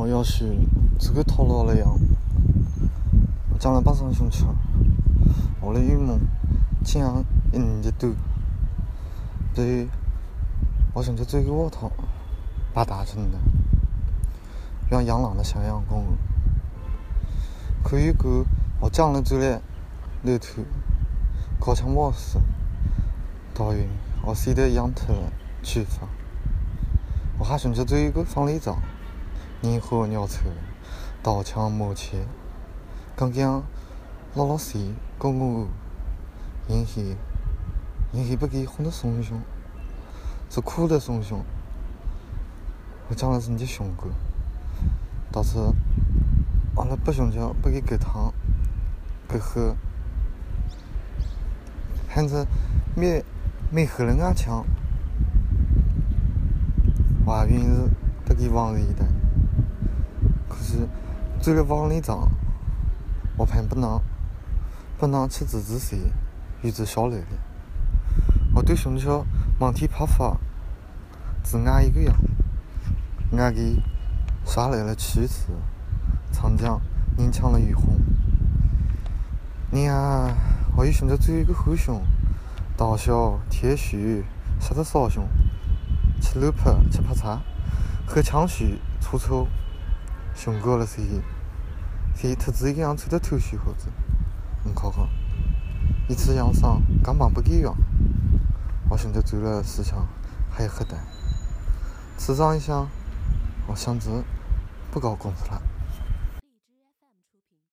我要是这个套路了样，我将来把上胸腔，我的羽毛这样一抖，对，我想就这个窝头把大成的，让养狼的想养公鹅，可以个我将来做了那头，搞成我事，导演我是得养特去法，我还想就做一个放里长。你和鸟车刀枪磨切刚刚老实公公引起不给红的松熊是苦的松熊我讲的是你的熊哥到时完了不熊叫不给给糖给喝还是没喝人家强我云是不给往里的可是这个往里长我怕不能吃自己谁与之小累的我对熊桥忙体怕法只爱一个样爱给耍来了曲子长江宁强了雨红你啊我一熊就做一个后熊大小铁须杀的少熊吃肉排吃扒茶喝枪须粗粗熊哥了谁他自己样吹的头须猴子看看一次养伤根本不给养我现在做了事情还有很大迟上一下我想着不搞公司了